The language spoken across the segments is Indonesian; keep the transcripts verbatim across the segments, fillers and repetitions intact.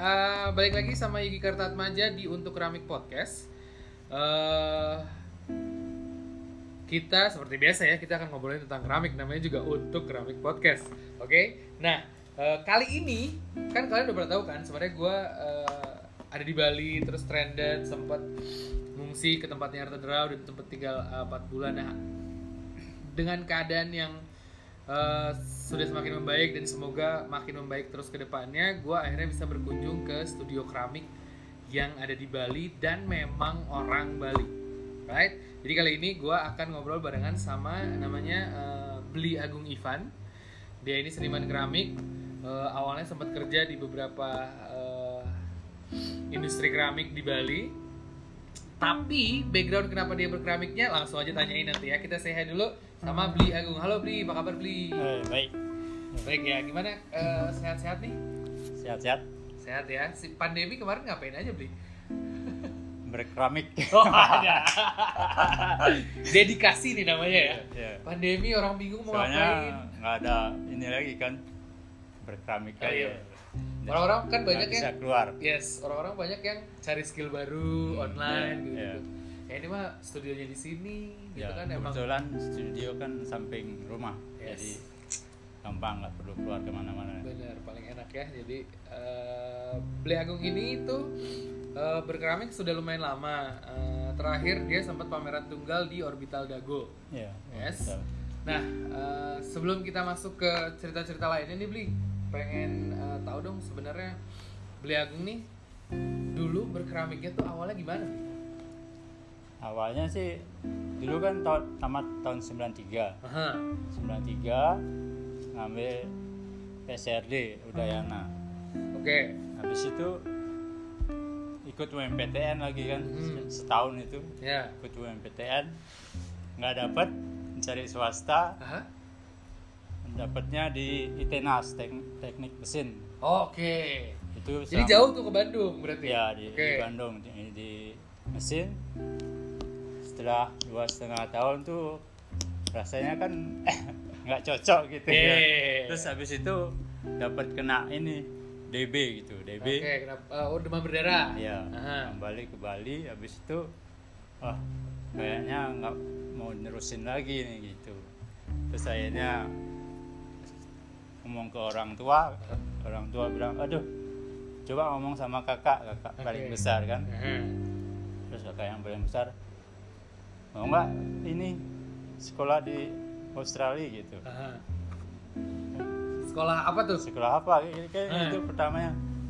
uh, balik lagi sama Yugi Kartatmaja di Untuk Keramik Podcast. uh, Kita seperti biasa ya, kita akan ngobrolin tentang keramik. Namanya juga Untuk Keramik Podcast. Oke, okay? Nah uh, kali ini kan kalian udah pernah tahu kan, sebenarnya gue uh, ada di Bali, terus stranded, sempat ngungsi ke tempatnya Arta Derau dan tempat tinggal uh, empat bulan. Nah, dengan keadaan yang uh, sudah semakin membaik dan semoga makin membaik terus ke depannya, gue akhirnya bisa berkunjung ke studio keramik yang ada di Bali dan memang orang Bali, right? Jadi kali ini gue akan ngobrol barengan sama namanya uh, Bli Agung Ivan. Dia ini seniman keramik, uh, awalnya sempat kerja di beberapa uh, industri keramik di Bali. Tapi background kenapa dia berkeramiknya langsung aja tanyain nanti ya. Kita say hi dulu sama Bli Agung. Halo Bli, apa kabar Bli? Eh, baik. Baik ya, gimana uh, sehat-sehat nih? Sehat-sehat. Sehat ya. Si pandemi kemarin ngapain aja Bli? Berkeramik. Oh ada. Dedikasi nih namanya ya. Ya. Pandemi orang bingung mau Soalnya ngapain. nggak ada ini lagi kan, berkeramik Oh, aja. iya. Orang-orang kan Nggak banyak bisa yang keluar. yes, orang-orang banyak yang cari skill baru online gitu. Iya. Ya ini mah studionya di sini gitu Ya, kan emang. kebetulan studio kan samping rumah, Yes. jadi gampang, nggak perlu keluar kemana-mana. Bener, paling enak ya. Jadi uh, Bli Agung ini tuh uh, berkeramik sudah lumayan lama. Uh, terakhir dia sempat pameran tunggal di Orbital Dago. Ya, Yes. betul. Nah, uh, sebelum kita masuk ke cerita-cerita lainnya nih Bli, pengen uh, tahu dong sebenarnya Bli Agung nih dulu berkeramiknya tuh awalnya gimana? Bli? Awalnya sih dulu kan tahun tamat tahun sembilan tiga. Aha. sembilan tiga ngambil P S R D Udayana. Oke. Habis itu ikut U M P T N lagi kan, Hmm. setahun itu Ya. ikut U M P T N, nggak dapet, mencari swasta, Aha. dapatnya di ITENAS, Tek- teknik mesin. Oke. Itu Jadi selama- jauh tuh ke Bandung berarti? ya di, Oke. di Bandung di, di mesin. Setelah dua setengah tahun tuh rasanya kan nggak cocok gitu ya. Yeah. Terus habis itu dapat kena ini D B gitu, D B. Oke, kenapa? Uh, oh, demam berdarah. Ya, Aha. kembali ke Bali, habis itu wah kayaknya nggak mau nerusin lagi nih gitu. Terus akhirnya ngomong ke orang tua, orang tua bilang, aduh coba ngomong sama kakak, kakak paling Oke. besar kan. Aha. Terus kakak yang paling besar, mau nggak ini sekolah di Australia gitu. Aha. Sekolah apa tuh? Sekolah apa? Kayak Hmm. itu pertamanya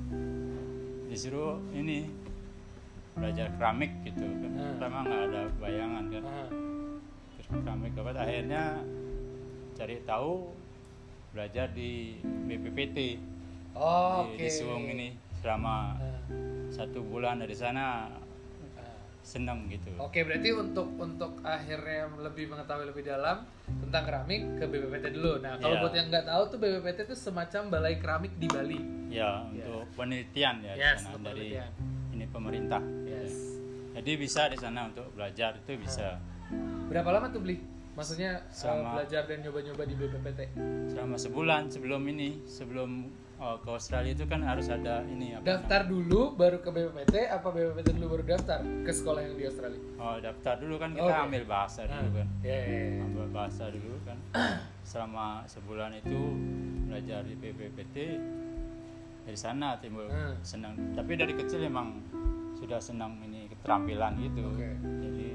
disuruh ini belajar keramik gitu kan. Hmm. Pertama nggak ada bayangan kan. Aha. Terus keramik dapat, akhirnya cari tahu belajar di B P P T Oh, di, oke. di Suwung ini selama Ah, satu bulan. Dari sana ah. seneng gitu. Oke, berarti untuk untuk akhirnya lebih mengetahui lebih dalam tentang keramik ke B P P T dulu. Nah, kalau Iya. buat yang nggak tahu tuh B P P T itu semacam balai keramik di Bali. Ya, untuk penelitian ya Yes, di sana untuk dari penelitian. ini pemerintah. Yes. Jadi bisa di sana untuk belajar itu bisa. Berapa lama tuh Bli? Maksudnya uh, Sama- belajar dan nyoba-nyoba di B P P T? Selama sebulan sebelum ini, sebelum oh, ke Australia itu kan harus ada ini apa Daftar dulu baru ke B P P T apa B P P T dulu baru daftar ke sekolah yang di Australia? namanya? Oh, daftar dulu kan kita Oke. ambil bahasa dulu Ah, kan. ya, ya, ya. Ambil bahasa dulu kan. Selama sebulan itu belajar di B P P T, dari sana timbul Hmm. senang. Tapi dari kecil emang sudah senang ini keterampilan gitu. Oke. Jadi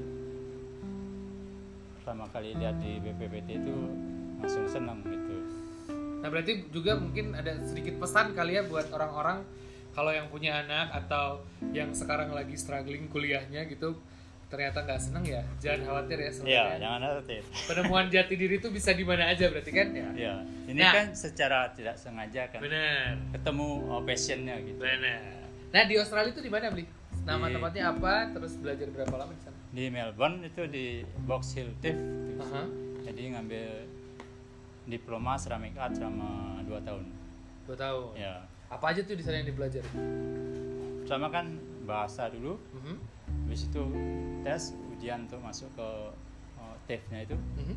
pertama kali lihat di B P P T itu langsung senang gitu. Nah berarti juga mungkin ada sedikit pesan kali ya buat orang-orang kalau yang punya anak atau yang sekarang lagi struggling kuliahnya gitu ternyata nggak seneng ya, jangan khawatir ya Iya, sebenarnya. jangan khawatir. Penemuan jati diri itu bisa di mana aja berarti kan ya? Iya, ini Nah. kan secara tidak sengaja kan Benar, ketemu oh, passionnya gitu. benar. Nah di Australia itu di mana Bli? Nama Di- tempatnya apa? Terus belajar berapa lama di sana? Di Melbourne itu di Box Hill T I F. Aha. Jadi ngambil diploma ceramic art selama dua tahun. Dua tahun. Ya. Apa aja tuh di sana yang dipelajari? Pertama kan bahasa dulu, Mhm. habis itu tes ujian untuk masuk ke uh, T I F-nya itu. Mhm.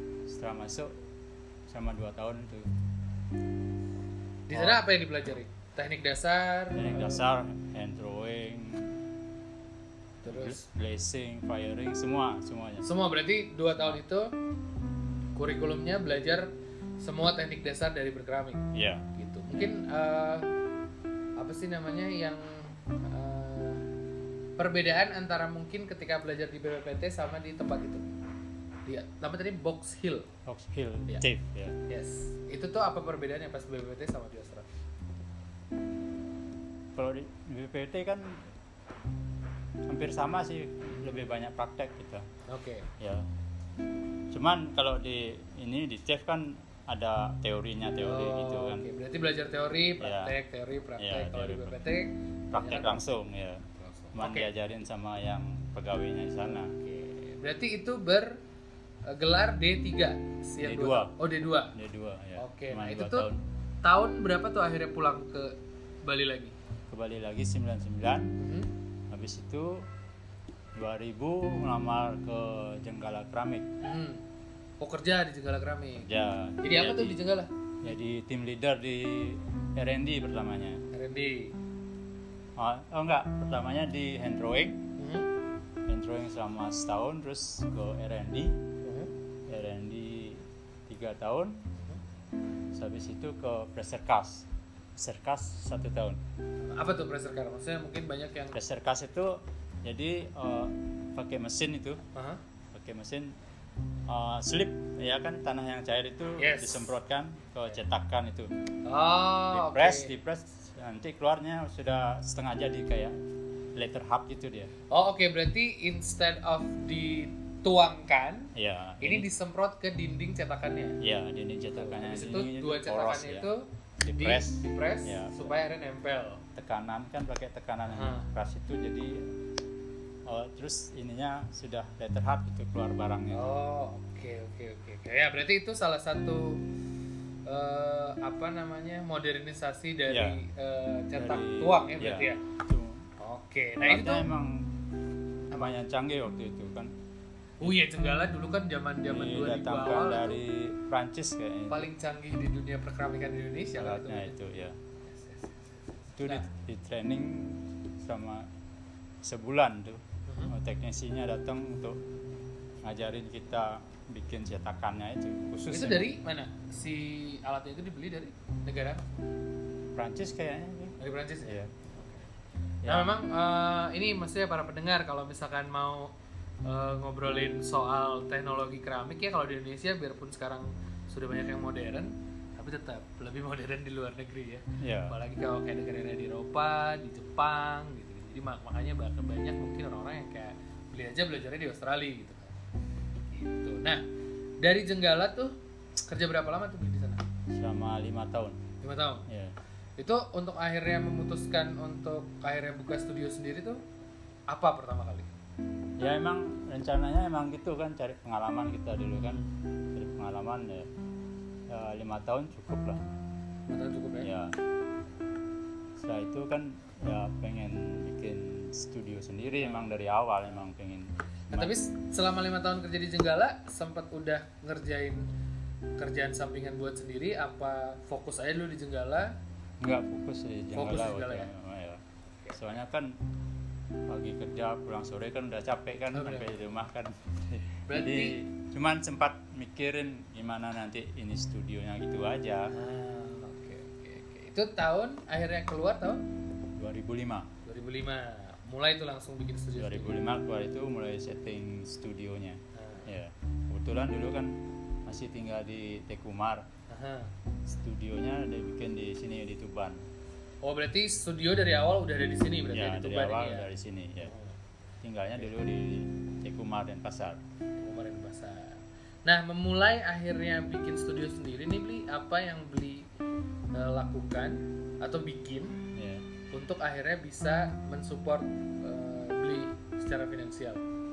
Setelah masuk selama dua tahun itu Di sana apa yang dipelajari? teknik dasar, teknik dasar, hand drawing, terus glazing, firing, semua semuanya. semua. Berarti dua tahun itu kurikulumnya belajar semua teknik dasar dari berkeramik. Iya. Gitu. Mungkin uh, apa sih namanya yang uh, perbedaan antara mungkin ketika belajar di B P P T sama di tempat itu? Dia, nama tadi Box Hill. Box Hill, Iya. Tape, ya. Yes. Itu tuh apa perbedaannya pas B P P T sama di Australia? Kalau di B P P T kan hampir sama sih, lebih banyak praktek kita. Oke. Ya. Cuman kalau di ini di T E F kan ada teorinya, teori Oh, gitu kan. Oke, berarti belajar teori, Iya. praktek, teori, praktek. Iya, Kalau di teori, B P P T Praktek kebanyakan langsung ya. langsung. Cuman Oke. diajarin sama yang pegawainya di sana. Oke. Berarti itu bergelar D tiga. Siang D dua. dua. Oh, D dua. D dua ya. Oke, Cuman nah itu dua tuh tahun. tahun berapa tuh akhirnya pulang ke Bali lagi? Ke Bali lagi sembilan puluh sembilan. Hmm? Habis itu dua ribu melamar ke Jenggala Keramik. Hmm. Oh, kerja di Jenggala Keramik. Ya. Jadi apa tuh di Jenggala? Jadi tim leader di R and D pertamanya. R and D. Oh, oh enggak, pertamanya di hand drawing. Hmm? Hand drawing selama setahun, terus ke R and D. Hmm? R and D tiga tahun. Terus habis itu ke pressure cast. Pressure cast satu tahun. Apa tuh pressure car? Maksudnya mungkin banyak yang Pressure cast itu jadi eh, pakai mesin itu, Aha. pakai mesin eh, slip ya kan, tanah yang cair itu Yes. disemprotkan ke cetakan itu. Oh, Di press, oke. di press nanti keluarnya sudah setengah jadi kayak letter hub gitu dia. Oh, oke, berarti instead of dituangkan, Ya. ini disemprot ke dinding cetakannya. ya dinding cetakannya. Habis itu dinding dua poros, cetakannya ya. itu Di di press. di press Ya. supaya akhirnya nempel. Tekanan kan pakai tekanan yang Ah. keras itu jadi oh, terus ininya sudah letter hub itu keluar barangnya. Oh, oke oke oke. oke. Ya, berarti itu salah satu eh, apa namanya modernisasi dari Ya. eh, cetak Dari- tuang ya berarti ya. Itu. Oke, nah itu Alatnya tuh. emang lumayan canggih waktu itu kan. Oh iya, Jenggala dulu kan zaman-zaman dua ribu Didatangkan awal dari tuh Prancis kayaknya. paling canggih di dunia perkeramikan di Indonesia lah alatnya itu. itu ya. Yes, yes, yes, yes. Itu di, Nah. di training selama sebulan tuh. Mhm. Oh, teknisinya datang untuk ngajarin kita bikin cetakannya itu khusus. Itu emang. dari mana? Si alatnya itu dibeli dari negara Prancis kayaknya. dari Prancis ya? Iya. Nah memang eh, ini maksudnya para pendengar kalau misalkan mau eh, ngobrolin soal teknologi keramik ya, kalau di Indonesia biarpun sekarang sudah banyak yang modern, tapi tetap lebih modern di luar negeri ya. Iya. Apalagi kalau kayak negara-negara di Eropa, di Jepang gitu. Jadi mak- makanya bahkan banyak mungkin orang-orang yang kayak beli aja belajarnya di Australia gitu kan. Gitu. Nah dari Jenggala tuh kerja berapa lama tuh di sana? Selama lima tahun. lima tahun. Ya. Itu untuk akhirnya memutuskan untuk akhirnya buka studio sendiri tuh apa pertama kali? Ya emang rencananya emang gitu kan, cari pengalaman kita dulu kan, cari pengalaman ya, ya lima tahun cukup lah. lima tahun cukup ya? Ya setelah itu kan ya pengen bikin studio sendiri, emang dari awal emang pengen. Nah, tapi selama lima tahun kerja di Jenggala sempat udah ngerjain kerjaan sampingan buat sendiri, apa fokus aja dulu di Jenggala? Nggak fokus di Fokus Jenggala di Jenggala waktu itu, ya. Soalnya kan pagi kerja pulang sore kan udah capek kan, Oh, sampai di rumah kan. Berarti- Jadi cuman sempat mikirin gimana nanti ini studionya gitu aja. Ah, oke oke oke. Itu tahun akhirnya keluar tahun dua ribu lima. dua ribu lima. Mulai itu langsung bikin studio. dua ribu lima keluar itu mulai setting studionya. Ah. Ya, kebetulan dulu kan masih tinggal di Tekumar. Aha. Studionya dia bikin di sini di Tuban. Oh berarti studio dari awal udah ada di sini berarti Ya, di dari Tuban awal ini ya? dari sini ya. Oh, Tinggalnya dulu di Tekumar dan Pasar. kemarin pasar. Nah memulai akhirnya bikin studio sendiri nih Bli, apa yang Bli eh, lakukan atau bikin Ya. untuk akhirnya bisa mensupport eh, Bli secara finansial?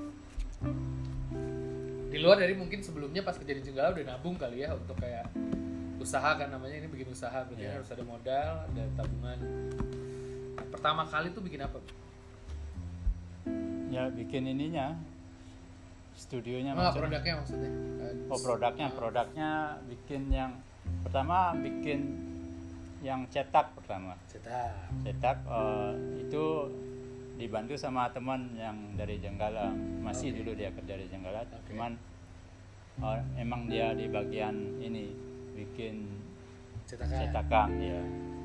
Di luar dari mungkin sebelumnya pas kerja di Jenggala udah nabung kali ya untuk kayak usaha kan namanya, ini bikin usaha berarti Iya. harus ada modal, ada tabungan. Nah, pertama kali tuh bikin apa? Ya bikin ininya studionya Oh, maksudnya. produknya maksudnya. Eh, Oh produknya, produknya bikin yang pertama bikin yang cetak pertama. Cetak. Cetak uh, itu dibantu sama teman yang dari Jenggala, masih Okay. dulu dia kerja di Jenggala, Okay. cuman uh, emang dia di bagian ini bikin Cetakan. cetakan ya.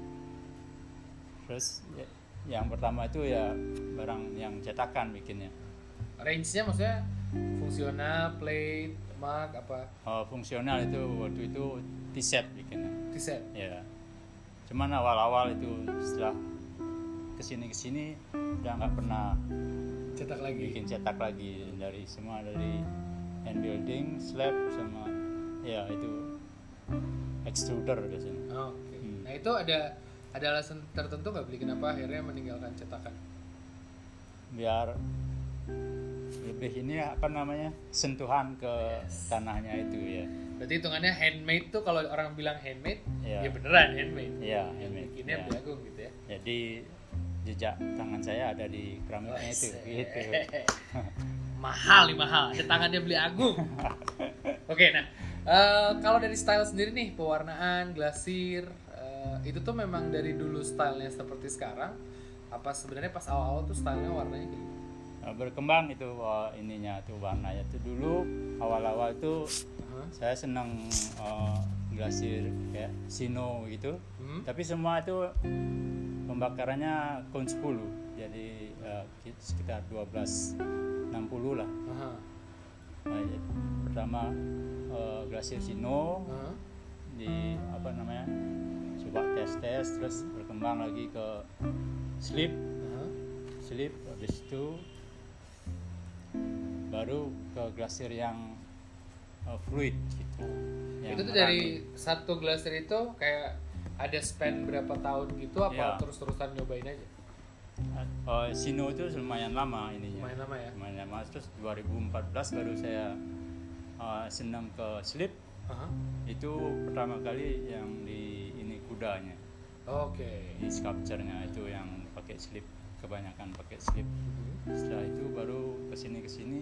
Terus ya, yang pertama itu ya barang yang cetakan bikinnya. Range-nya maksudnya fungsional, plate, mug apa? Uh, fungsional itu waktu itu T-set bikinnya. T-set. Ya. Cuman awal-awal itu setelah kesini-kesini udah nggak pernah Cetak lagi. bikin cetak lagi, dari semua dari hand building, slab sama ya itu extruder biasanya. Oh, oke. Hmm. Nah itu ada ada alasan tertentu nggak beli kenapa akhirnya meninggalkan cetakan? Biar lebih ini apa namanya sentuhan ke Yes. tanahnya itu ya. Berarti hitungannya handmade tuh kalau orang bilang handmade, Iya. ya beneran handmade. Iya, Yang handmade, bikinnya iya. Beli Agung gitu ya. Jadi jejak tangan saya ada di keramiknya itu gitu. Mahal nih mahal. Ada tangannya Beli Agung. Oke, nah eh, kalau dari style sendiri nih, pewarnaan, glasir, eh, itu tuh memang dari dulu stylenya seperti sekarang? Apa sebenarnya pas awal-awal tuh stylenya warnanya kayak gitu? Nah, berkembang itu wah, ininya tuh warnanya tuh dulu awal-awal tuh Hah? saya senang uh, glasir kayak Sino gitu. Hmm? Tapi semua itu pembakarannya kon sepuluh. Jadi uh, sekitar dua belas enam puluh lah. Aha. Nah, ya, pertama uh, glasir Sino Aha. di apa namanya? Coba tes-tes terus berkembang lagi ke slip, Aha. slip habis itu baru ke glasir yang uh, fluid gitu. Yang Itu tuh dari running. satu glasir itu kayak ada span berapa tahun gitu apa Iya. terus-terusan nyobain aja? Uh, Sino itu lumayan lama ininya. Lumayan lama ya? Lumayan lama. Terus dua ribu empat belas baru saya uh, senang ke slip. Aha. Itu pertama kali yang di ini kudanya, Oke. di sculpture-nya itu yang pakai slip, kebanyakan pakai slip. Mhm. Setelah itu baru kesini kesini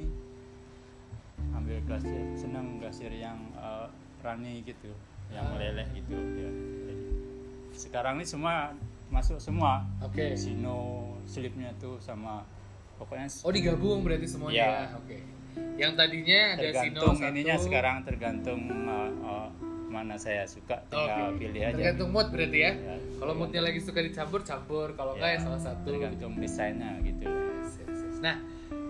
ambil glasir, senang glasir yang uh, runny gitu, yang Ah. meleleh gitu ya. Jadi, sekarang ini semua masuk semua. Oke. Sino slipnya tuh sama pokoknya Oh digabung berarti semuanya Iya. ya? Oke. Yang tadinya ada Sino tergantung satu. ininya sekarang tergantung uh, uh, mana saya suka, tinggal Oke. pilih aja. Tergantung mood berarti ya? Ya, Kalau moodnya lagi suka dicampur, campur. Kalau enggak ya salah satu. tergantung desainnya gitu. Yes, yes, yes. Nah,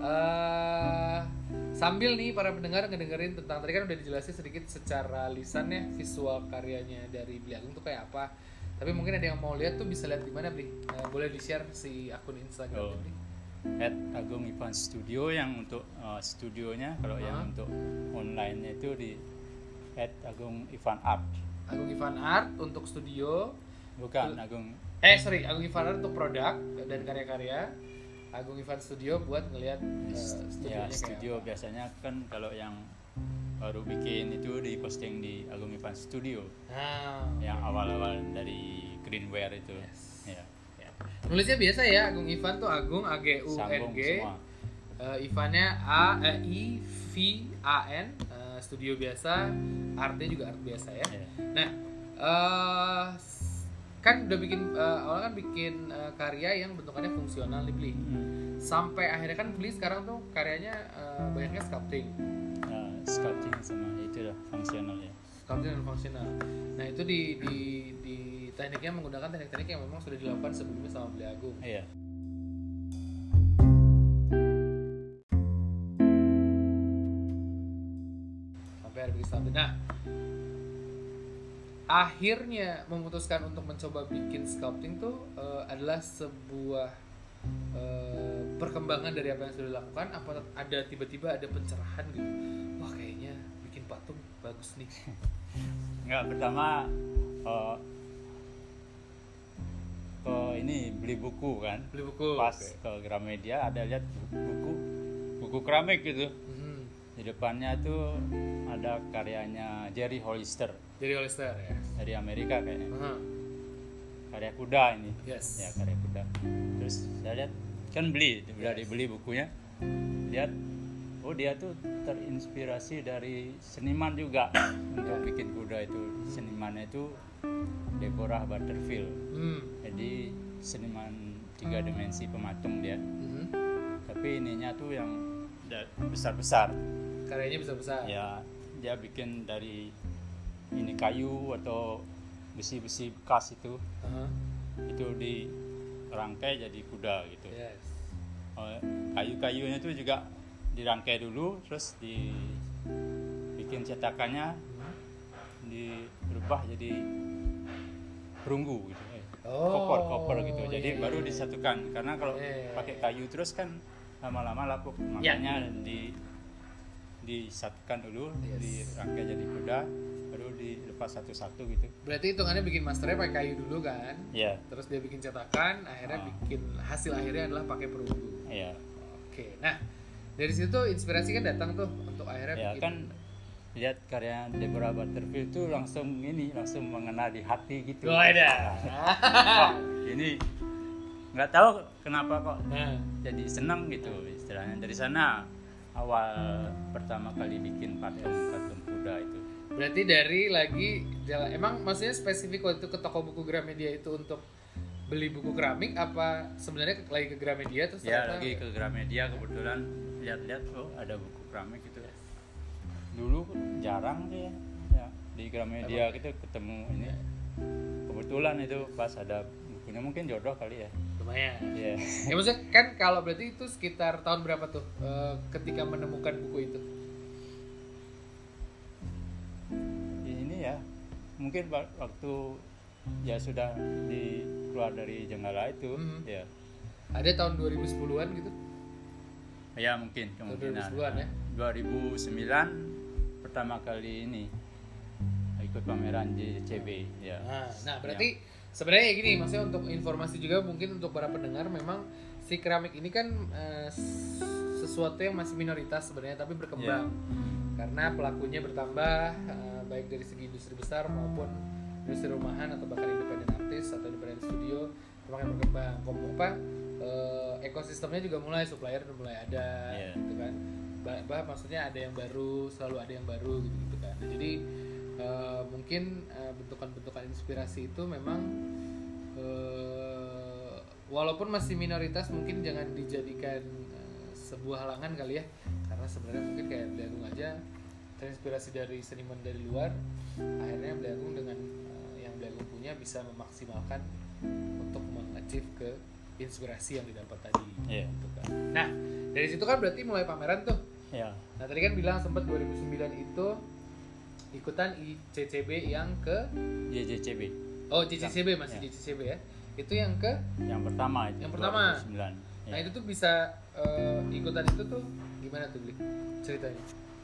eh, sambil nih para pendengar ngedengerin tentang tadi kan udah dijelasin sedikit secara lisan ya visual karyanya dari Beli Agung tuh kayak apa. Tapi mungkin ada yang mau lihat tuh bisa lihat di mana Bli? Eh, boleh di share si akun Instagram Oh. Bli? At Agung Ivan Studio yang untuk uh, studionya, kalau Hah? yang untuk online-nya itu di at Agung Ivan Art. Agung Ivan Art untuk studio. Bukan Agung Eh sorry, Agung Ivan Art untuk produk dan karya-karya. Agung Ivan Studio buat ngelihat eh, studionya ya kayak studio apa. biasanya kan kalau yang baru bikin itu di posting di Agung Ivan Studio Nah, yang awal-awal dari Greenware itu. Yes. Ya, ya. Nulisnya biasa ya, Agung Ivan tuh Agung A G U N sambung G. semua. Uh, Ivannya A eh, I V A N, uh, studio biasa, artnya juga art biasa ya. Ya. Nah, uh, s- kan udah bikin uh, awalnya kan bikin uh, karya yang bentukannya fungsional nih Bli. Hmm. Sampai akhirnya kan Bli sekarang tuh karyanya uh, banyaknya sculpting, Nah, sculpting sama itu lah fungsional ya. sculpting dan fungsional. Nah itu di di di tekniknya menggunakan teknik-teknik yang memang sudah dilakukan sebelumnya sama Beli Agung. Iya. Sampai ada bikin sculpting. Nah, akhirnya memutuskan untuk mencoba bikin sculpting tuh uh, adalah sebuah uh, perkembangan dari apa yang sudah dilakukan. Apa ada tiba-tiba ada pencerahan gitu? Wah kayaknya bikin patung bagus nih. Enggak, pertama uh, ke ini beli buku kan. Beli buku. Pas Oke. ke Gramedia ada lihat buku buku keramik gitu. Mhm. Di depannya tuh ada karyanya Jerry Hollister Jadi Hollister ya. dari Amerika kayaknya. Aha. Karya kuda ini. Yes. Ya, karya kuda. Terus saya lihat kan beli, udah Yes. dibeli bukunya. Lihat oh dia tuh terinspirasi dari seniman juga untuk bikin kuda itu. Senimannya itu Deborah Butterfield. Hmm. Jadi seniman tiga dimensi pematung dia. Mhm. Tapi ininya tuh yang da- besar-besar. Karyanya besar-besar. Ya, dia bikin dari ini kayu atau besi-besi bekas itu. Aha. Itu dirangkai jadi kuda gitu. Yes. Oh, kayu-kayunya itu juga dirangkai dulu, terus dibikin cetakannya, dirubah jadi perunggu gitu, eh, Oh, koper-koper gitu. Jadi iya, baru iya. disatukan. Karena kalau Iya, iya, pakai iya. kayu terus kan lama-lama lapuk. Ya. Makanya di disatukan dulu, Yes. dirangkai jadi kuda, baru dilepas satu-satu gitu. Berarti hitungannya bikin masternya pakai kayu dulu kan? Iya, Terus dia bikin cetakan, akhirnya Ah. bikin hasil akhirnya adalah pakai perunggu. iya. Oke, nah dari situ inspirasi kan datang tuh untuk akhirnya Ya bikin. kan lihat karya Deborah Butterfield itu langsung ini langsung mengena di hati gitu. Oh, ada. Wah, ini nggak tahu kenapa kok Nah, jadi senang gitu istilahnya. Dari sana awal pertama kali bikin patung-patung kuda itu. berarti dari lagi jalan, emang maksudnya spesifik waktu itu ke toko buku Gramedia itu untuk beli buku keramik apa sebenarnya lagi ke Gramedia terus Ya ternyata- lagi ke Gramedia kebetulan lihat-lihat oh ada buku keramik gitu. Dulu jarang sih ya, ya di Gramedia gitu ketemu ini. Kebetulan itu pas ada bukunya, mungkin jodoh kali ya. lumayan. Iya. Ya maksudnya kan kalau berarti itu sekitar tahun berapa tuh eh, ketika menemukan buku itu? Ini ya mungkin wa- waktu ya sudah di keluar dari Jenggala itu Hmm. ya Ada tahun dua ribu sepuluhan gitu? ya mungkin Tahun dua ribu kemungkinan sepuluhan ya? dua ribu sembilan pertama kali ini ikut pameran di C B ya. Nah, nah berarti sebenarnya ya gini, maksudnya untuk informasi juga mungkin untuk para pendengar, memang si keramik ini kan eh, s- sesuatu yang masih minoritas sebenarnya tapi berkembang karena pelakunya bertambah eh, baik dari segi industri besar maupun industri rumahan atau bahkan independen artis atau independen studio semakin berkembang. Kom apa eh, ekosistemnya juga mulai, supplier udah mulai ada Iya. gitu kan. Bah, bah maksudnya ada yang baru, selalu ada yang baru gitu gitu kan. Nah, jadi eh, mungkin eh, bentukan-bentukan inspirasi itu memang eh, walaupun masih minoritas mungkin jangan dijadikan eh, sebuah halangan kali ya, karena sebenarnya mungkin kayak Belagung aja terinspirasi dari seniman dari luar, akhirnya Belagung dengan eh, yang Belagung punya bisa memaksimalkan untuk mengachieve ke inspirasi yang didapat tadi. Iya. Gitu kan. Nah dari situ kan berarti mulai pameran tuh. Ya. Nah tadi kan bilang sempat dua ribu sembilan itu ikutan I C C B yang ke J J C B oh J C C B masih Ya. J C C B ya, itu yang ke yang pertama itu Yang pertama. dua ribu sembilan. Ya. nah itu tuh bisa eh, ikutan itu tuh gimana tuh Bli ceritanya?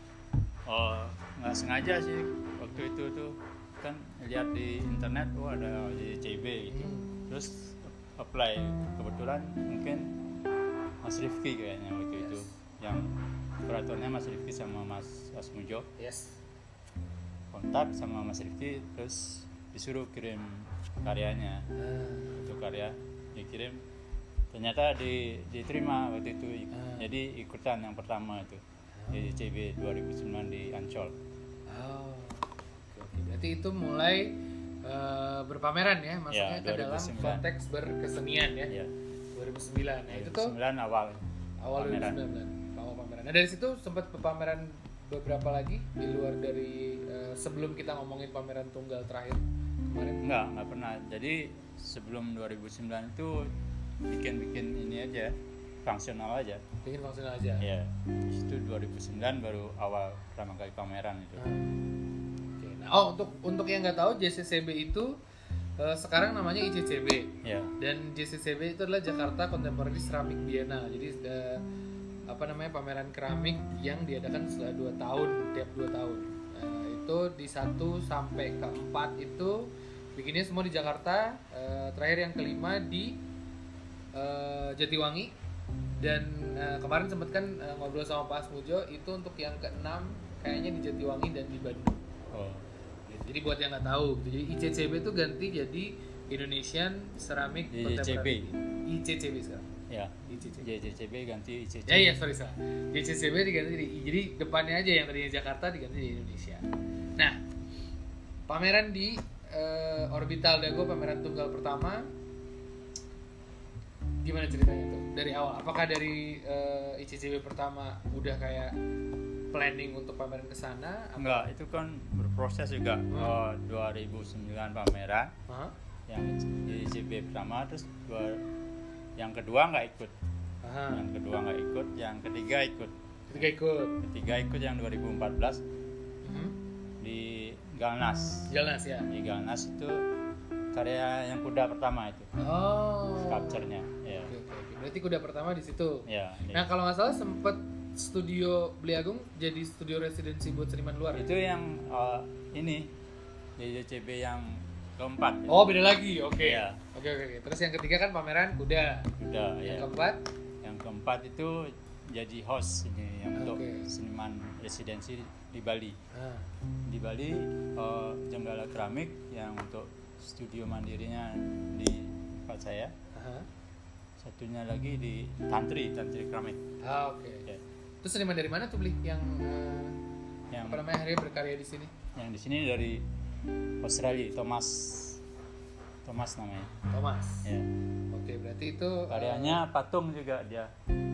Oh nggak sengaja sih waktu itu tuh kan lihat di internet oh ada J J C B gitu. Hmm. Terus apply, kebetulan mungkin Mas Rifki kayaknya waktu itu Yes. yang kuratornya Mas Rifki sama Mas Asmujo, Yes. kontak sama Mas Rifki terus disuruh kirim karyanya, Ah, untuk karya dikirim, ternyata di, diterima waktu itu. Ah. Jadi ikutan yang pertama itu di C B dua ribu sembilan di Ancol. oh oke, oke. Berarti itu mulai eh, berpameran ya, maksudnya Ya, ke dalam dua ribu sembilan. konteks berkesenian ya. Ya, dua ribu sembilan. Nah itu dua ribu tuh sembilan awal awal pameran. dua ribu sembilan awal pameran. Nah dari situ sempat pameran beberapa lagi di luar dari eh, sebelum kita ngomongin pameran tunggal terakhir kemarin. Enggak, enggak pernah. Jadi sebelum dua ribu sembilan itu bikin-bikin ini aja, fungsional aja. Bikin fungsional aja. Ya, di situ dua ribu sembilan baru awal pertama kali pameran itu. Nah, oke. Nah, oh untuk untuk yang nggak tahu J C C B itu eh, sekarang namanya I C C B Ya, dan J C C B itu adalah Jakarta Contemporary Ceramic Biennale. Jadi eh, apa namanya pameran keramik yang diadakan setelah dua tahun tiap dua tahun. Nah, itu di satu sampai keempat itu bikinnya semua di Jakarta. Eh, terakhir yang kelima di eh, Jatiwangi. Dan eh, kemarin sempat kan eh, ngobrol sama Pak Asmujo itu untuk yang keenam kayaknya di Jatiwangi dan di Bandung. oh, Jadi buat yang nggak tahu, gitu. Jadi I C C B itu ganti jadi Indonesian Ceramic J J C B. Contemporary. I C C B sekarang. ya, I C C B. J J C B ganti I C C B. Ya iya sorry salah. J C C B diganti jadi I. Jadi depannya aja yang tadinya Jakarta diganti jadi Indonesia. Nah, pameran di uh, Orbital Dago pameran tunggal pertama gimana ceritanya tuh dari awal? Apakah dari uh, I C C B pertama udah kayak planning untuk pameran ke sana? Enggak, itu kan berproses juga. Hmm. Oh, dua ribu sembilan pameran. Huh? Yang I C C B pertama, terus dua, yang kedua nggak ikut. Aha. Yang kedua nggak ikut, yang ketiga ikut. Ketiga ikut. Ketiga ikut yang dua ribu empat belas Hmm. di Galnas. Galnas ya. Di Galnas itu karya yang kuda pertama itu. Oh. Sculpture-nya. Ya. Oke, oke, oke. Berarti kuda pertama di situ. Ya. Nah, kalau nggak salah sempet studio Beli Agung jadi studio residensi buat seniman luar. Itu yang uh, ini D J C B yang keempat. Oh, beda lagi. Oke. Iya. Oke, oke, oke. Terus yang ketiga kan pameran kuda. Kuda. Yang Ya. keempat Yang keempat itu jadi host ini yang untuk Oke. seniman residensi di Bali. ah. Di Bali uh, Jenggala Keramik yang untuk studio mandirinya di tempat saya. Aha. Satunya lagi di Tantri, Tantri Keramik. Ah, oke. Ya. Terus seniman dari mana tuh Beli yang eh, Yang apa namanya akhirnya berkarya di sini? yang di sini dari Australia, Thomas. Thomas namanya. Thomas. Ya. Oke, berarti itu eh, Karyanya patung juga dia.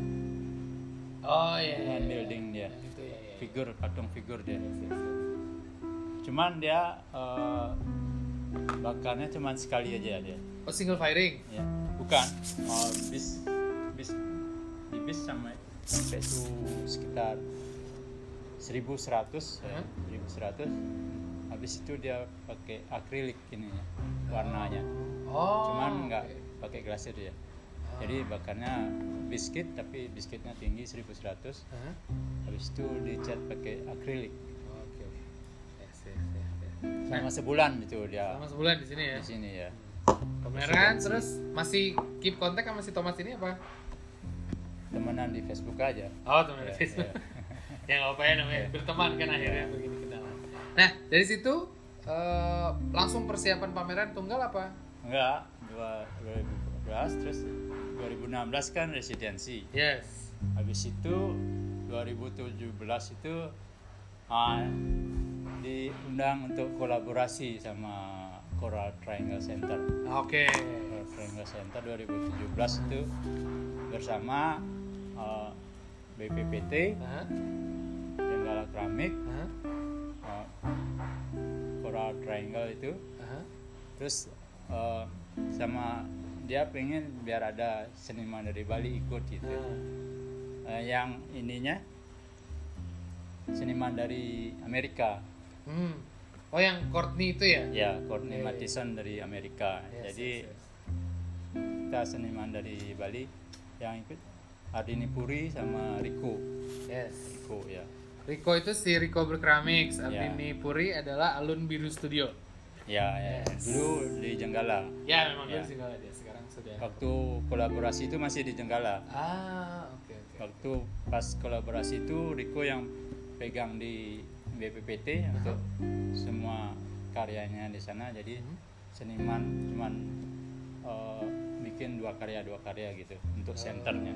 oh iya, iya, Hand iya. building dia. Yang itu ya, ya. Figur, patung figur dia. Yes, yes, yes. Cuman dia uh, bakarnya cuman sekali aja dia. Oh, single firing. Ya, bukan. Uh, bis bis di bis sama sampai itu sekitar seribu seratus ya, Hah? seribu seratus. Habis itu dia pakai akrilik ininya, warnanya. Oh. Cuman nggak oke. pakai glasir dia. Ah. Jadi bakarnya biskit tapi biskitnya tinggi seribu seratus. Hah? Habis itu dicat pakai akrilik. Oke, oke. Yes, yes, yes, yes. Selama Nah, sebulan itu dia selama sebulan di sini ya. di sini ya. Pameran terus masih keep kontak sama si Thomas ini apa? Temenan di Facebook aja. Oh, teman Ya, di Facebook. ya. Ya nggak apa ya namanya Ya. berteman kan akhirnya begini kenalan. Nah, dari situ eh, langsung persiapan pameran tunggal apa? Enggak, dua ribu dua belas terus dua ribu enam belas kan residensi. Yes. Habis itu dua ribu tujuh belas itu ah, diundang untuk kolaborasi sama Coral Triangle Center. Oke. Coral Triangle Center dua ribu tujuh belas itu bersama ah, B P P T, Hah? Jenggala Keramik, Hah? ah, Coral Triangle itu, Hah? terus ah, sama dia pengen biar ada seniman dari Bali ikut gitu. Ah. Eh, yang ininya seniman dari Amerika, Hmm. Oh, yang Courtney itu ya? ya Courtney Oke. Mathison dari Amerika. Yes, Jadi yes, yes. kita seniman dari Bali yang ikut Ardini Puri sama Riko. Yes. Riko ya. Riko itu si Riko Berkeramik, Ya. Ardini Puri adalah Alun Biru Studio. Ya, ya. Yes. Dulu di Jenggala. Ya, memang Ya. dulu sih kalau dia sekarang sudah. Waktu kolaborasi itu masih di Jenggala. Ah, oke oke. Waktu pas kolaborasi itu Riko yang pegang di B P P T untuk semua karyanya di sana. Jadi Mhm. seniman cuman eh, bikin dua karya dua karya gitu untuk senternya.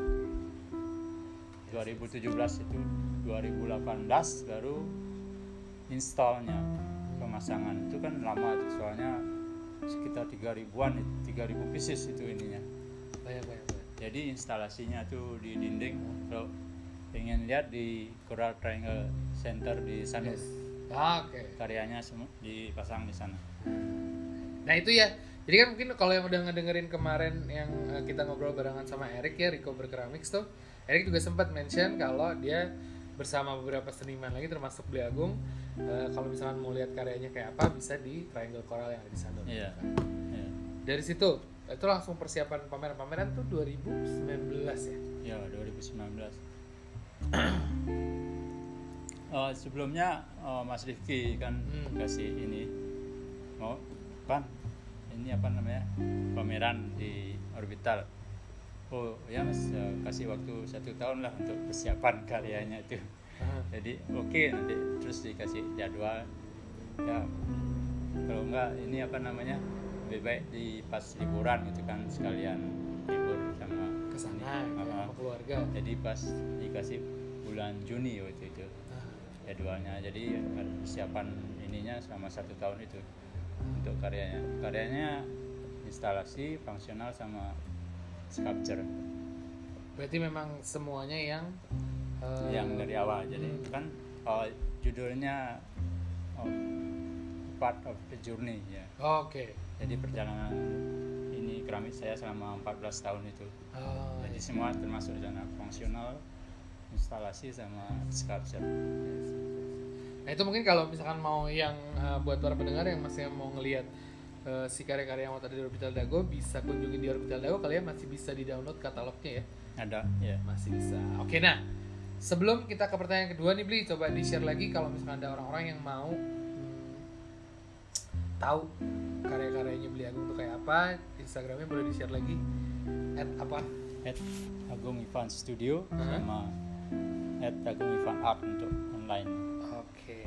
dua ribu tujuh belas itu dua ribu delapan belas baru installnya, pemasangan itu kan lama tuh soalnya sekitar tiga ribuan, tiga ribu pieces itu ininya. Banyak banyak banyak. Jadi instalasinya tuh di dinding. Kalau pengen lihat di Coral Triangle Center di sana, Yes. Ah, oke. karyanya semua dipasang di sana. Nah itu ya. Jadi kan mungkin kalau yang udah ngedengerin kemarin yang eh, kita ngobrol barengan sama Erik ya, Riko Berkeramik tuh, Erik juga sempat mention kalau dia bersama beberapa seniman lagi termasuk Beli Agung, eh, kalau misalkan mau lihat karyanya kayak apa bisa di Triangle Coral yang ada di sana. Iya. Iya. Dari situ itu langsung persiapan pameran-pameran tuh dua ribu sembilan belas ya. Ya, dua ribu sembilan belas. Eh, sebelumnya eh, Mas Rifki kan Hmm. kasih ini mau kan ini apa namanya pameran di Orbital. Oh ya Mas, eh, kasih waktu satu tahun lah untuk persiapan karyanya itu. Ah, Jadi oke nanti terus dikasih jadwal ya, kalau enggak ini apa namanya lebih baik di pas liburan gitu kan, sekalian libur sama ke sana ini. gitu ya, Ah, sama keluarga. jadi pas dikasih bulan Juni waktu itu Ah, jadwalnya, jadi persiapan ininya selama satu tahun itu. untuk karyanya. Karyanya instalasi, fungsional sama sculpture. Berarti memang semuanya yang uh, yang dari awal. Jadi hmm. kan oh, judulnya oh, part of the journey ya. Oh, oke. Okay. Jadi perjalanan ini keramik saya selama empat belas tahun itu. Oh, Jadi iya. semua termasuk di sana, fungsional, instalasi sama sculpture. Nah itu mungkin kalau misalkan mau yang uh, buat para pendengar yang masih mau ngelihat uh, si karya-karya yang ada di Orbital Dago, bisa kunjungi di Orbital Dago, kalian masih bisa di-download katalognya ya? Ada, ya. Masih bisa. Oke, nah sebelum kita ke pertanyaan kedua nih Bli, coba di-share lagi kalau misalkan ada orang-orang yang mau hmm, tahu karya-karyanya Bli Agung itu kayak apa, Instagramnya boleh di-share lagi at apa? At Agung Ivan Studio uh-huh. sama at Agung Ivan Art untuk online. Oke.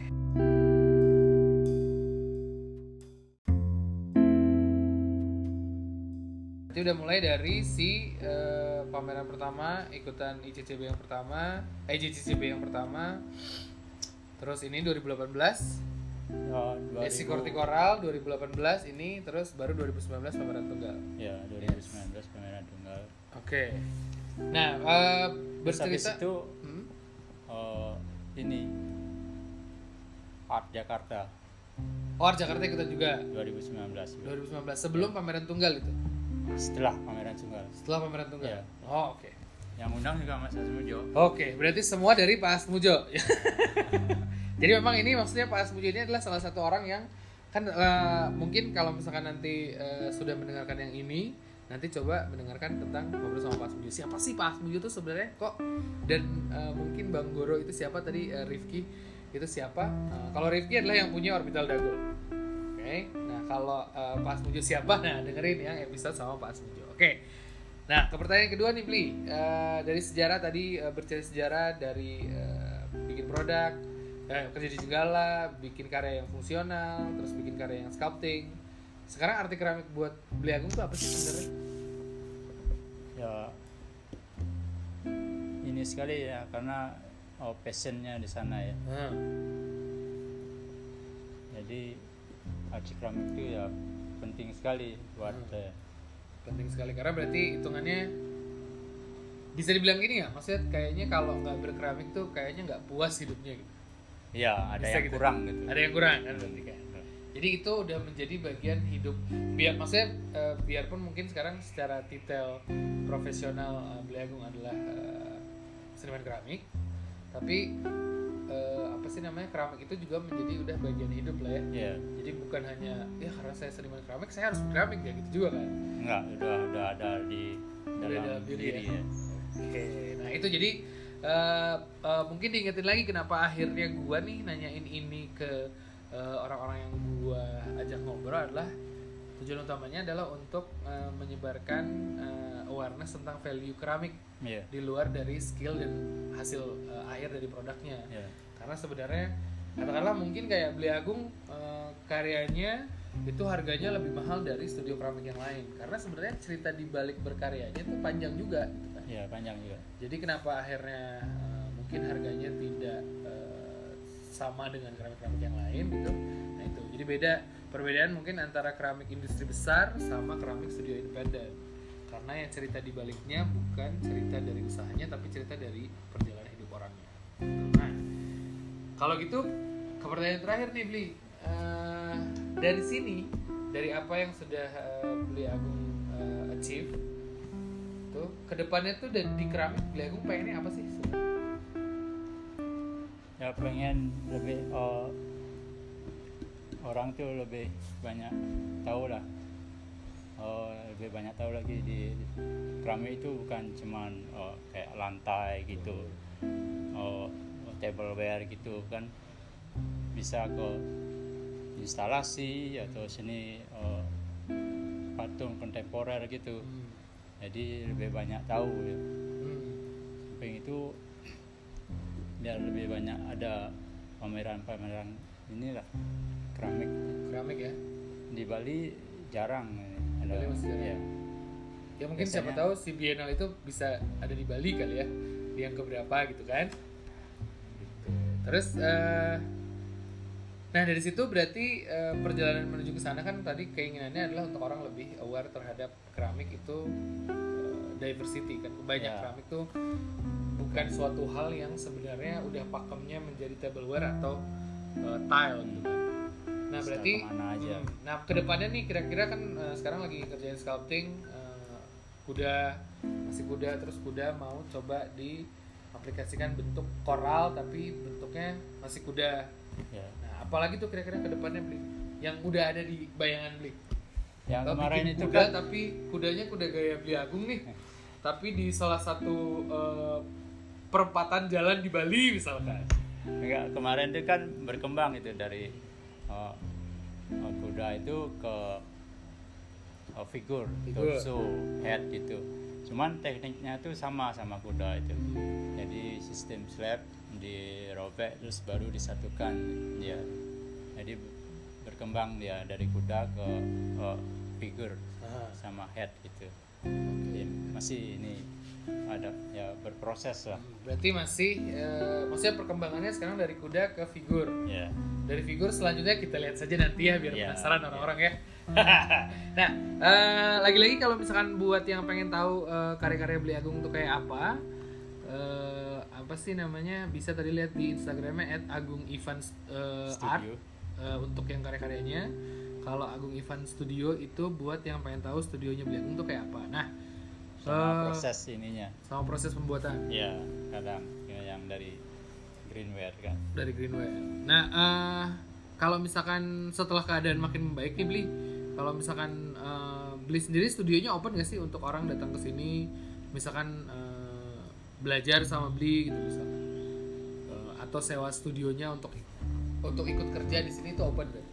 Berarti udah mulai dari si uh, pameran pertama, ikutan I C C B yang pertama, eh, I C C B yang pertama. Terus ini dua ribu delapan belas. Oh, Desi Kortikoral dua ribu delapan belas ini, terus baru dua ribu sembilan belas pameran tunggal. Ya, dua ribu sembilan belas yes. Pameran tunggal. Oke. Okay. Nah, uh, bercerita itu hmm? uh, ini Art Jakarta. Oh, Art Jakarta ikutan juga dua ribu sembilan belas. dua ribu sembilan belas sebelum ya. Pameran tunggal itu. Setelah pameran tunggal. Setelah pameran tunggal. Ya. Oh, oke. Okay. Yang undang juga Mas Asmujo. Oke, okay, berarti semua dari Pak Asmujo. Jadi memang ini maksudnya Pak Asmujo ini adalah salah satu orang yang kan uh, mungkin kalau misalkan nanti uh, sudah mendengarkan yang ini, nanti coba mendengarkan tentang ngobrol sama Pak Asmujo. Siapa sih Pak Asmujo itu sebenarnya kok? Dan uh, mungkin Bang Goro itu siapa tadi, uh, Rifki itu siapa? Uh, kalau Rifki adalah yang punya Orbital Dago. Oke. Okay? Nah, kalau uh, Pak Asmujo siapa? Nah, dengerin yang episode sama Pak Asmujo. Oke. Okay. Nah, ke pertanyaan kedua nih, Bli. Uh, dari sejarah tadi uh, bercerita sejarah dari uh, bikin produk, eh, kerja di Jenggala, bikin karya yang fungsional, terus bikin karya yang sculpting. Sekarang arti keramik buat Bli Agung itu apa sih sebenarnya? Ya, ini sekali ya karena oh, passionnya di sana ya. Hmm. Jadi arti keramik itu ya penting sekali buat hmm. saya. Penting sekali karena berarti hitungannya bisa dibilang gini ya, maksudnya kayaknya kalau nggak berkeramik tuh kayaknya nggak puas hidupnya gitu. Iya, ada bisa yang gitu. kurang gitu. Ada yang kurang kan berarti kan. Jadi itu udah menjadi bagian hidup. Biar maksudnya uh, biarpun mungkin sekarang secara titel profesional uh, Bli Agung adalah uh, seniman keramik, tapi uh, apa sih namanya, keramik itu juga menjadi udah bagian hidup lah ya. Yeah. Jadi bukan hanya ya karena saya seniman keramik saya harus keramik ya gitu juga kan. Enggak, udah udah ada di dalam dalam diri, diri ya. ya. Oke, nah itu jadi uh, uh, mungkin diingetin lagi kenapa akhirnya gua nih nanyain ini ke uh, orang-orang yang gua ajak ngobrol adalah tujuan utamanya adalah untuk uh, menyebarkan uh, awareness tentang value keramik yeah. di luar dari skill dan hasil uh, akhir dari produknya. Yeah. Karena sebenarnya katakanlah mungkin kayak Bli Agung uh, karyanya itu harganya lebih mahal dari studio keramik yang lain karena sebenarnya cerita di balik berkaryanya itu panjang juga gitu kan. Iya, panjang juga. Jadi kenapa akhirnya uh, mungkin harganya tidak uh, sama dengan keramik-keramik yang lain gitu. Nah itu. Jadi beda perbedaan mungkin antara keramik industri besar sama keramik studio independen. Karena yang cerita di baliknya bukan cerita dari usahanya tapi cerita dari perjalanan hidup orangnya. Nah, kalau gitu ke pertanyaan terakhir nih Bli. Uh, dari sini, dari apa yang sudah uh, Bli Agung uh, achieve tuh, kedepannya tuh dari di keramik Bli Agung pengennya apa sih sebenarnya? Ya pengen lebih uh, orang tuh lebih banyak tahu lah, uh, lebih banyak tahu lagi di, di keramik itu bukan cuman uh, kayak lantai gitu, uh, tableware gitu kan, bisa ke instalasi atau seni uh, patung kontemporer gitu. Hmm. Jadi lebih banyak tahu ya. Hmm. Samping itu biar lebih banyak ada pameran-pameran inilah keramik. Keramik ya. Di Bali jarang ada. Bali masih jarang. Ya. Ya mungkin biasanya, siapa tahu si Biennale itu bisa ada di Bali kali ya. Yang keberapa gitu kan. Gitu. Terus uh, Nah dari situ berarti uh, perjalanan menuju ke sana kan tadi keinginannya adalah untuk orang lebih aware terhadap keramik itu uh, diversity kan, banyak yeah. keramik itu bukan suatu hal yang sebenarnya udah pakemnya menjadi tableware atau uh, tile gitu kan. Nah berarti, aja. Hmm, nah kedepannya nih kira-kira kan uh, sekarang lagi kerjain sculpting uh, kuda, masih kuda terus kuda mau coba diaplikasikan bentuk koral tapi bentuknya masih kuda. Yeah. Nah apalagi tuh kira-kira kedepannya Bli yang udah ada di bayangan Bli? Yang Kalo kemarin itu kuda, kan tapi kudanya kuda gaya Bli Agung nih, tapi di salah satu uh, perempatan jalan di Bali misalkan. Enggak, kemarin itu kan berkembang itu dari uh, uh, kuda itu ke uh, figur, torso, head gitu. Cuman tekniknya itu sama sama kuda itu. Jadi sistem slab dirobek terus baru disatukan dia. Jadi berkembang dia dari kuda ke uh, figur sama head gitu. Jadi masih ini ada ya berproses lah. Berarti masih uh, maksudnya perkembangannya sekarang dari kuda ke figur. Yeah. Dari figur selanjutnya kita lihat saja nanti ya biar yeah, penasaran yeah. orang-orang ya. Nah, uh, lagi-lagi kalau misalkan buat yang pengen tahu uh, karya-karya Bli Agung itu kayak apa, uh, apa sih namanya, bisa tadi lihat di Instagramnya et agung ivan uh, art uh, untuk yang karya-karyanya. Kalau Agung Ivan Studio itu buat yang pengen tahu studionya Bli Agung itu kayak apa. Nah, sama uh, proses ininya. Sama proses pembuatan. Iya, kadang ya, yang dari greenware kan. Dari greenware. Nah, uh, kalau misalkan setelah keadaan makin membaik nih Bli, kalau misalkan uh, Bli sendiri studionya open nggak sih untuk orang datang ke sini, misalkan uh, belajar sama Bli gitu misalkan, uh, atau sewa studionya untuk untuk ikut kerja di sini itu open kan?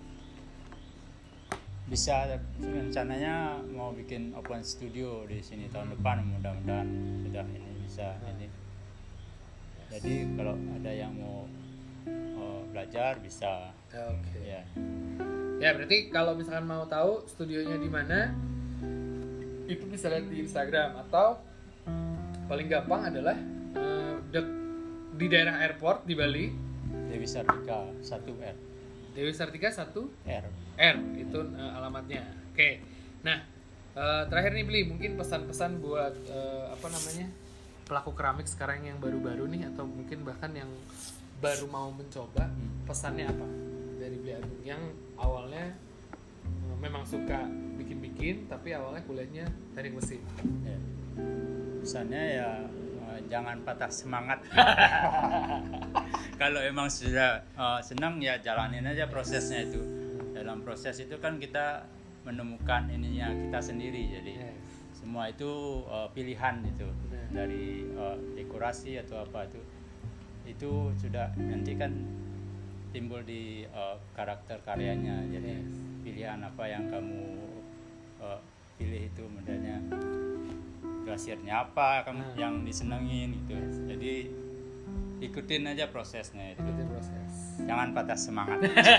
Bisa, rencananya mau bikin open studio di sini tahun depan, mudah-mudahan sudah ini bisa ini. Jadi kalau ada yang mau uh, belajar bisa. Oke. Okay. Ya. Ya berarti kalau misalkan mau tahu studionya di mana, itu bisa lihat di Instagram atau paling gampang adalah uh, de- di daerah airport di Bali. Dewi Sartika satu R. Dewi Sartika satu R. R itu uh, alamatnya. Oke. Okay. Nah, uh, terakhir nih Bli, mungkin pesan-pesan buat uh, apa namanya? Pelaku keramik sekarang yang baru-baru nih atau mungkin bahkan yang baru mau mencoba, pesannya apa dari Bli Agung yang awalnya uh, memang suka bikin-bikin tapi awalnya kuliahnya teknik mesin. Ya. Pesannya ya uh, jangan patah semangat. Kalau emang sudah uh, senang ya jalanin aja prosesnya itu. Dalam proses itu kan kita menemukan ininya kita sendiri, jadi yes. semua itu uh, pilihan itu yes. dari uh, dekorasi atau apa itu itu sudah nanti kan timbul di uh, karakter karyanya, jadi yes. pilihan apa yang kamu uh, pilih itu modelnya grasiernya apa kamu nah. yang disenengin gitu yes. jadi ikutin aja prosesnya itu. Ikutin proses. Jangan patah semangat.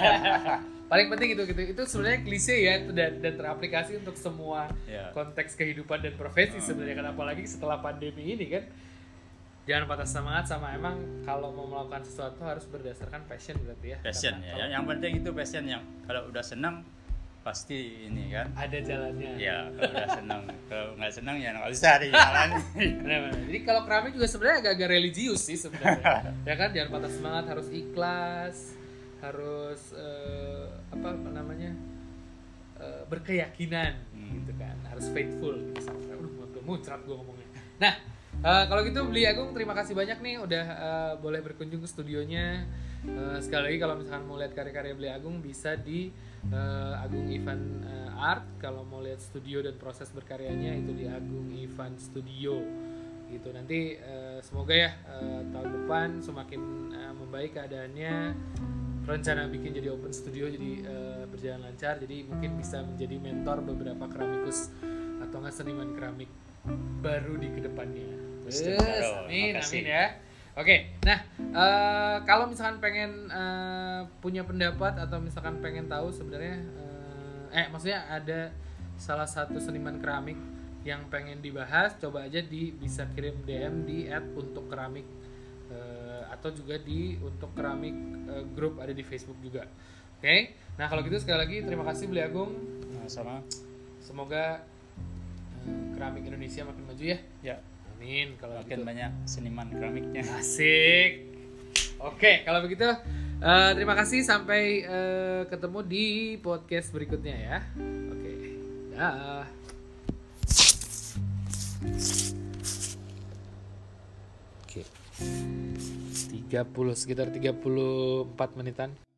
Paling penting itu gitu. Itu sebenarnya klise ya dan dan teraplikasi untuk semua yeah. konteks kehidupan dan profesi uh. sebenarnya kan, apalagi setelah pandemi ini kan. Jangan patah semangat, sama emang kalau mau melakukan sesuatu harus berdasarkan passion berarti ya. Passion ya. Yang, yang penting itu passion, yang kalau udah senang pasti ini kan ada jalannya ya. Kalau udah senang, kalau nggak senang ya nggak usah di jalan. Jadi kalau keramik juga sebenarnya agak-agak religius sih sebenarnya. Ya kan, jangan patah semangat, harus ikhlas, harus uh, apa namanya uh, berkeyakinan hmm. gitu kan, harus faithful gitu. Aduh muncrat gue ngomongnya. Nah uh, kalau gitu Bli Agung terima kasih banyak nih udah uh, boleh berkunjung ke studionya. Uh, sekali lagi kalau misalkan mau lihat karya-karya Bli Agung bisa di uh, Agung Ivan uh, Art. Kalau mau lihat studio dan proses berkaryanya itu di Agung Ivan Studio gitu. Nanti uh, semoga ya uh, tahun depan semakin uh, membaik keadaannya, rencana bikin jadi open studio jadi uh, berjalan lancar, jadi mungkin bisa menjadi mentor beberapa keramikus atau nggak seniman keramik baru di kedepannya. Yes, amin amin ya. Oke, nah uh, kalau misalkan pengen uh, punya pendapat atau misalkan pengen tahu sebenarnya, uh, eh maksudnya ada salah satu seniman keramik yang pengen dibahas, coba aja di bisa kirim D M di et untuk keramik uh, atau juga di untuk keramik uh, grup ada di Facebook juga. Oke. Nah, kalau gitu sekali lagi terima kasih Beli Agung. Nah, sama Semoga eh, keramik Indonesia makin maju ya. ya Amin. Kalau makin gitu. banyak seniman keramiknya. Asik. Oke, kalau begitu eh, terima kasih sampai eh, ketemu di podcast berikutnya ya. Oke. Dah. Oke. tiga puluh sekitar tiga puluh empat menitan.